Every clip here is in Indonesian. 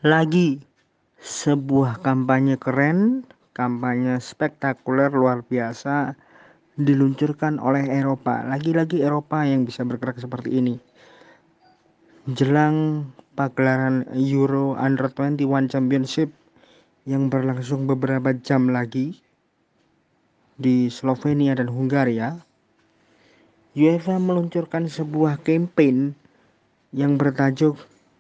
Lagi sebuah kampanye keren, kampanye spektakuler luar biasa diluncurkan oleh Eropa. Lagi-lagi Eropa yang bisa bergerak seperti ini. Jelang pagelaran Euro Under 21 Championship yang berlangsung beberapa jam lagi di Slovenia dan Hungaria, UEFA meluncurkan sebuah campaign yang bertajuk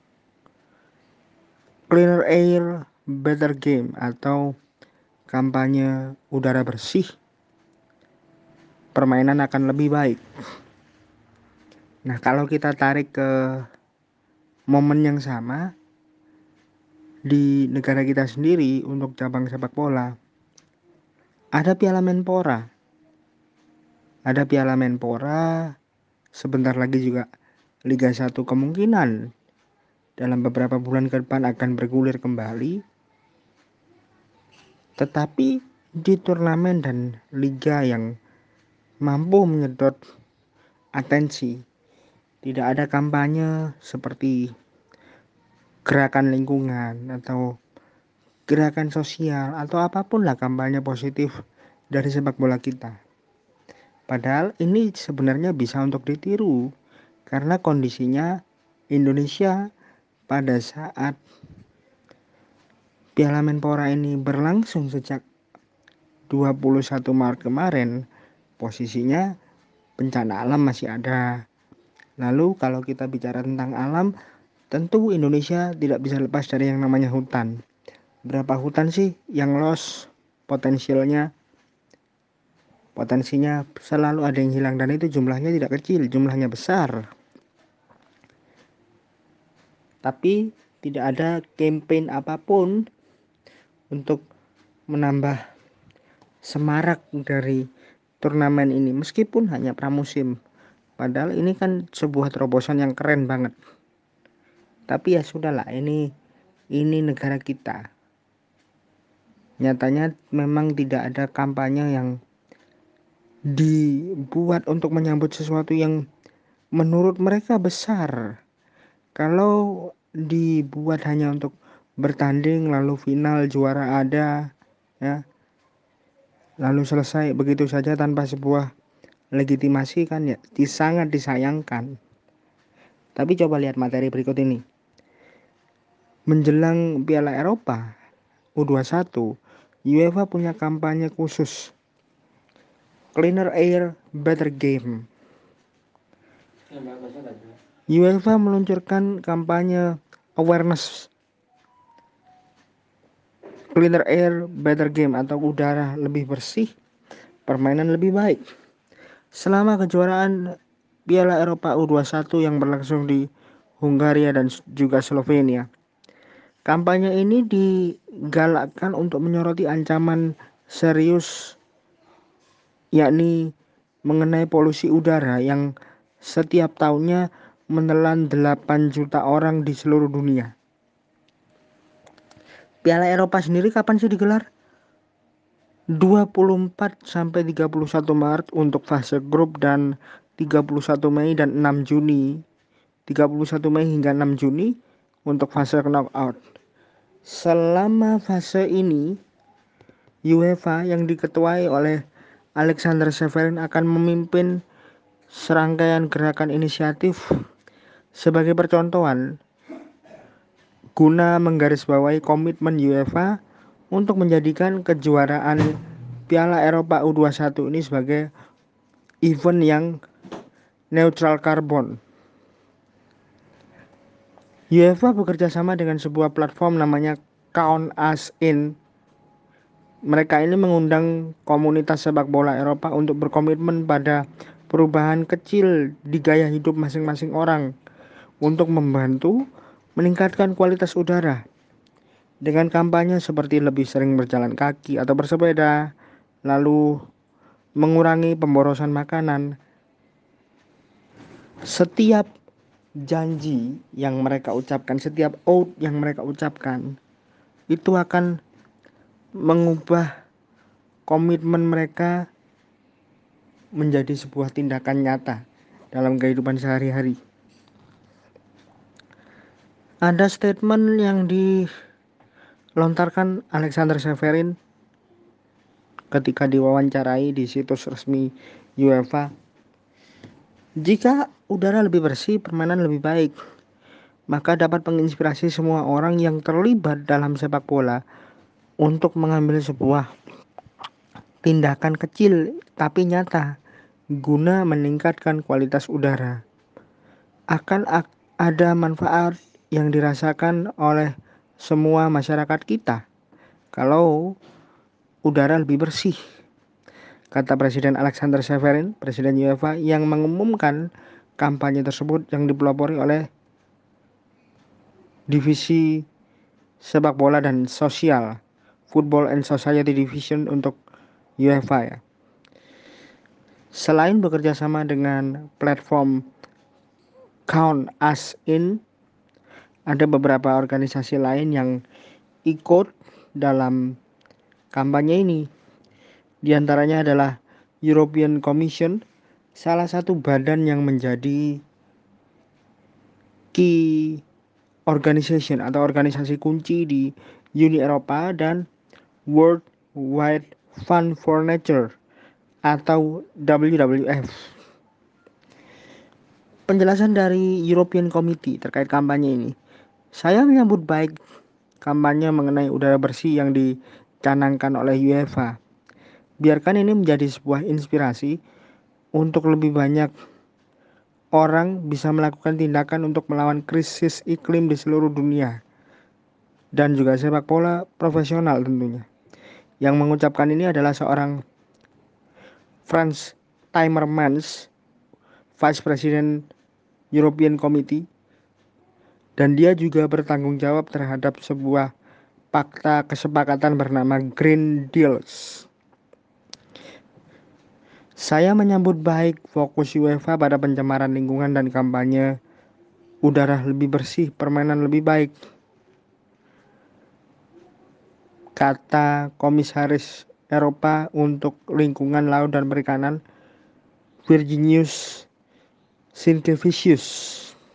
Cleaner Air, Better Game atau kampanye udara bersih, permainan akan lebih baik. Nah, kalau kita tarik ke momen yang sama di negara kita sendiri untuk cabang sepak bola, ada Piala Menpora. Ada Piala Menpora, sebentar lagi juga Liga 1 kemungkinan dalam beberapa bulan ke depan akan bergulir kembali. Tetapi di turnamen dan liga yang mampu menyedot atensi, tidak ada kampanye seperti gerakan lingkungan atau gerakan sosial atau apapun lah kampanye positif dari sepak bola kita. Padahal ini sebenarnya bisa untuk ditiru karena kondisinya Indonesia pada saat Piala Menpora ini berlangsung sejak 21 Maret kemarin, posisinya bencana alam masih ada. Lalu kalau kita bicara tentang alam, tentu Indonesia tidak bisa lepas dari yang namanya hutan. Berapa hutan sih yang loss potensialnya? Potensinya selalu ada yang hilang dan itu jumlahnya tidak kecil, jumlahnya besar. Tapi tidak ada campaign apapun untuk menambah semarak dari turnamen ini meskipun hanya pramusim. Padahal ini kan sebuah terobosan yang keren banget. Tapi ya sudahlah, ini negara kita. Nyatanya memang tidak ada kampanye yang dibuat untuk menyambut sesuatu yang menurut mereka besar. Kalau dibuat hanya untuk bertanding lalu final juara ada, ya, lalu selesai begitu saja tanpa sebuah legitimasi, kan ya sangat disayangkan. Tapi coba lihat materi berikut ini. Menjelang Piala Eropa U21, UEFA punya kampanye khusus Cleaner Air, Better Game. UEFA meluncurkan kampanye awareness Cleaner Air, Better Game atau udara lebih bersih, permainan lebih baik. Selama kejuaraan Piala Eropa U21 yang berlangsung di Hungaria dan juga Slovenia, kampanye ini digalakkan untuk menyoroti ancaman serius, yakni mengenai polusi udara yang setiap tahunnya menelan 8 juta orang di seluruh dunia. Piala Eropa sendiri kapan sih digelar? 24 sampai 31 Maret untuk fase grup dan 31 Mei dan 6 Juni. 31 Mei hingga 6 Juni untuk fase knockout. Selama fase ini, UEFA yang diketuai oleh Alexander Severin akan memimpin serangkaian gerakan inisiatif sebagai percontohan guna menggarisbawahi komitmen UEFA untuk menjadikan kejuaraan Piala Eropa U21 ini sebagai event yang neutral karbon. UEFA bekerja sama dengan sebuah platform namanya Count Us In. Mereka ini mengundang komunitas sepak bola Eropa untuk berkomitmen pada perubahan kecil di gaya hidup masing-masing orang untuk membantu meningkatkan kualitas udara dengan kampanye seperti lebih sering berjalan kaki atau bersepeda, lalu mengurangi pemborosan makanan. Setiap janji yang mereka ucapkan, setiap oath yang mereka ucapkan, itu akan mengubah komitmen mereka menjadi sebuah tindakan nyata dalam kehidupan sehari-hari. Ada statement yang dilontarkan Alexander Severin ketika diwawancarai di situs resmi UEFA. Jika udara lebih bersih, permainan lebih baik, maka dapat menginspirasi semua orang yang terlibat dalam sepak bola untuk mengambil sebuah tindakan kecil tapi nyata guna meningkatkan kualitas udara. Akan ada manfaat yang dirasakan oleh semua masyarakat kita kalau udara lebih bersih, kata Presiden Alexander Severin, Presiden UEFA, yang mengumumkan kampanye tersebut yang dipelopori oleh Divisi Sepak Bola dan Sosial, Football and Society Division untuk UEFA ya. Selain bekerja sama dengan platform Count Us In, ada beberapa organisasi lain yang ikut dalam kampanye ini. Di antaranya adalah European Commission, salah satu badan yang menjadi key organization atau organisasi kunci di Uni Eropa, dan World Wide Fund for Nature atau WWF. Penjelasan dari European Committee terkait kampanye ini. Saya menyambut baik kampanye mengenai udara bersih yang dicanangkan oleh UEFA. Biarkan ini menjadi sebuah inspirasi untuk lebih banyak orang bisa melakukan tindakan untuk melawan krisis iklim di seluruh dunia dan juga sepak bola profesional tentunya. Yang mengucapkan ini adalah seorang Frans Timmermans, Vice President European Committee, dan dia juga bertanggung jawab terhadap sebuah fakta kesepakatan bernama Green Deals. Saya menyambut baik fokus UEFA pada pencemaran lingkungan dan kampanye udara lebih bersih, permainan lebih baik, kata Komisaris Eropa untuk Lingkungan Laut dan Perikanan Virginijus Sinkevicius.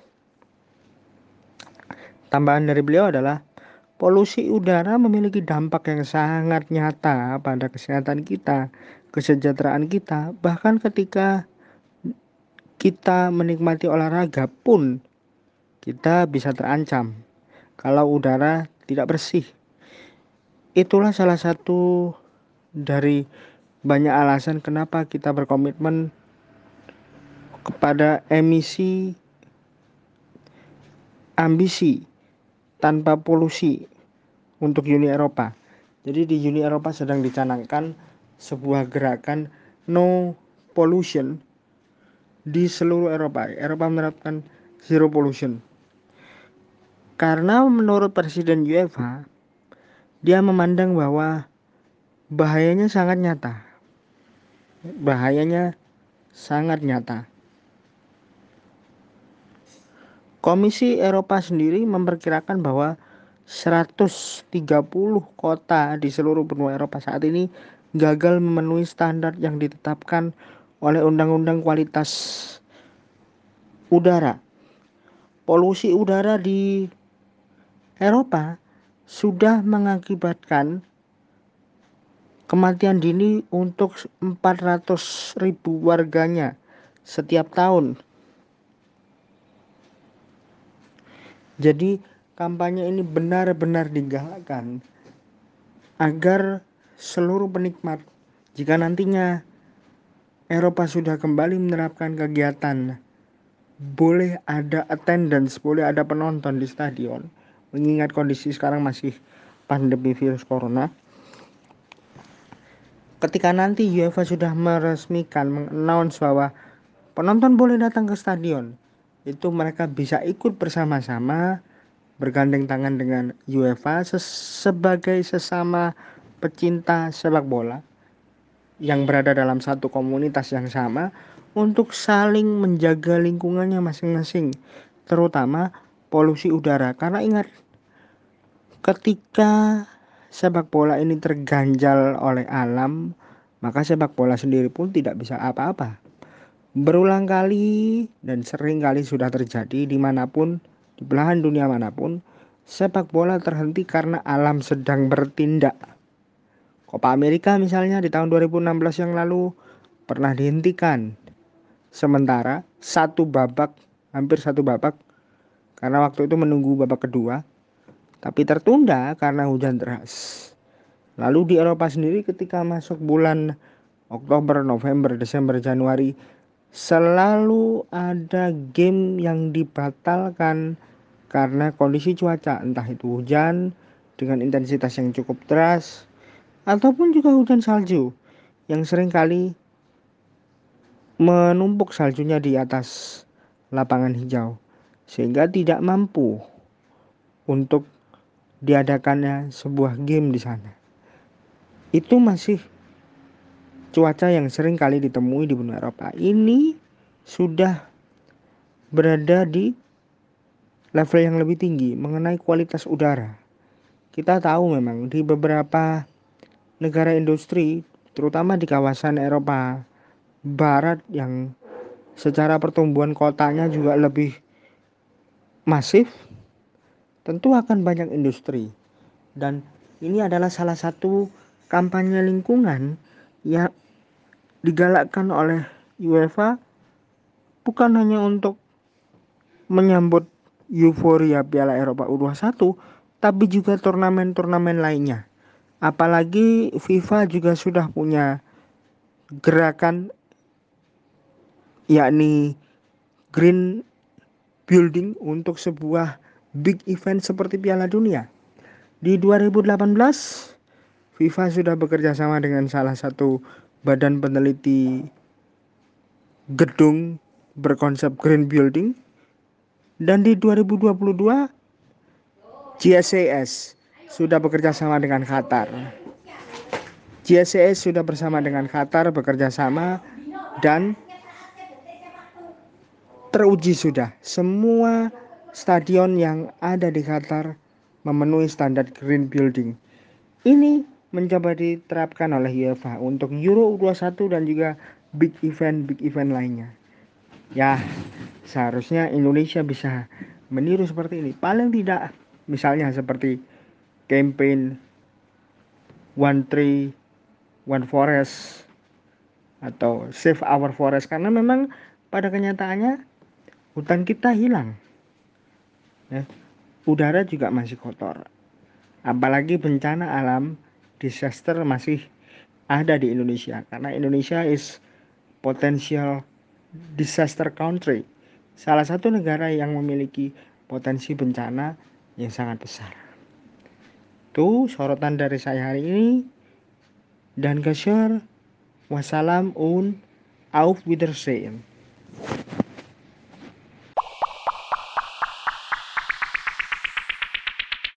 Tambahan dari beliau adalah polusi udara memiliki dampak yang sangat nyata pada kesehatan kita, kesejahteraan kita, bahkan ketika kita menikmati olahraga pun kita bisa terancam kalau udara tidak bersih. Itulah salah satu dari banyak alasan kenapa kita berkomitmen kepada ambisi tanpa polusi untuk Uni Eropa. Jadi di Uni Eropa sedang dicanangkan sebuah gerakan no pollution di seluruh Eropa. Eropa menerapkan zero pollution. Karena menurut Presiden UEFA, dia memandang bahwa bahayanya sangat nyata. Bahayanya sangat nyata. Komisi Eropa sendiri memperkirakan bahwa 130 kota di seluruh benua Eropa saat ini gagal memenuhi standar yang ditetapkan oleh Undang-Undang Kualitas Udara. Polusi udara di Eropa sudah mengakibatkan kematian dini untuk 400.000 warganya setiap tahun. Jadi kampanye ini benar-benar digalakkan agar seluruh penikmat, jika nantinya Eropa sudah kembali menerapkan kegiatan, boleh ada attendance, boleh ada penonton di stadion, mengingat kondisi sekarang masih pandemi virus corona. Ketika nanti UEFA sudah meresmikan, mengannounce bahwa penonton boleh datang ke stadion, itu mereka bisa ikut bersama-sama bergandeng tangan dengan UEFA sebagai sesama pecinta sepak bola yang berada dalam satu komunitas yang sama untuk saling menjaga lingkungannya masing-masing, terutama polusi udara. Karena ingat, ketika sepak bola ini terganjal oleh alam, maka sepak bola sendiri pun tidak bisa apa-apa. Berulang kali dan sering kali sudah terjadi dimanapun Di belahan dunia manapun, sepak bola terhenti karena alam sedang bertindak. Copa America misalnya di tahun 2016 yang lalu pernah dihentikan. Sementara hampir satu babak, karena waktu itu menunggu babak kedua, tapi tertunda karena hujan deras. Lalu di Eropa sendiri ketika masuk bulan Oktober, November, Desember, Januari, selalu ada game yang dibatalkan karena kondisi cuaca, entah itu hujan dengan intensitas yang cukup deras ataupun juga hujan salju yang seringkali menumpuk saljunya di atas lapangan hijau sehingga tidak mampu untuk diadakannya sebuah game di sana. Itu masih cuaca yang sering kali ditemui di benua Eropa. Ini sudah berada di level yang lebih tinggi mengenai kualitas udara. Kita tahu memang di beberapa negara industri, terutama di kawasan Eropa Barat yang secara pertumbuhan kotanya juga lebih masif, tentu akan banyak industri. Dan ini adalah salah satu kampanye lingkungan yang digalakkan oleh UEFA, bukan hanya untuk menyambut euforia Piala Eropa U21, tapi juga turnamen-turnamen lainnya. Apalagi FIFA juga sudah punya gerakan yakni green building untuk sebuah big event seperti Piala Dunia. Di 2018, FIFA sudah bekerja sama dengan salah satu badan peneliti gedung berkonsep green building, dan di 2022 GSCS sudah bekerja sama dengan Qatar. GSCS sudah bersama dengan Qatar bekerja sama dan teruji sudah semua stadion yang ada di Qatar memenuhi standar green building. Ini mencoba diterapkan oleh UEFA untuk Euro U21 dan juga big event lainnya. Ya, seharusnya Indonesia bisa meniru seperti ini. Paling tidak misalnya seperti campaign One Tree One Forest atau Save Our Forest, karena memang pada kenyataannya hutan kita hilang, ya. Udara juga masih kotor, apalagi bencana alam, disaster masih ada di Indonesia, karena Indonesia is potential disaster country, salah satu negara yang memiliki potensi bencana yang sangat besar. Itu sorotan dari saya hari ini, dan Gesher, wassalam und auf Wiedersehen.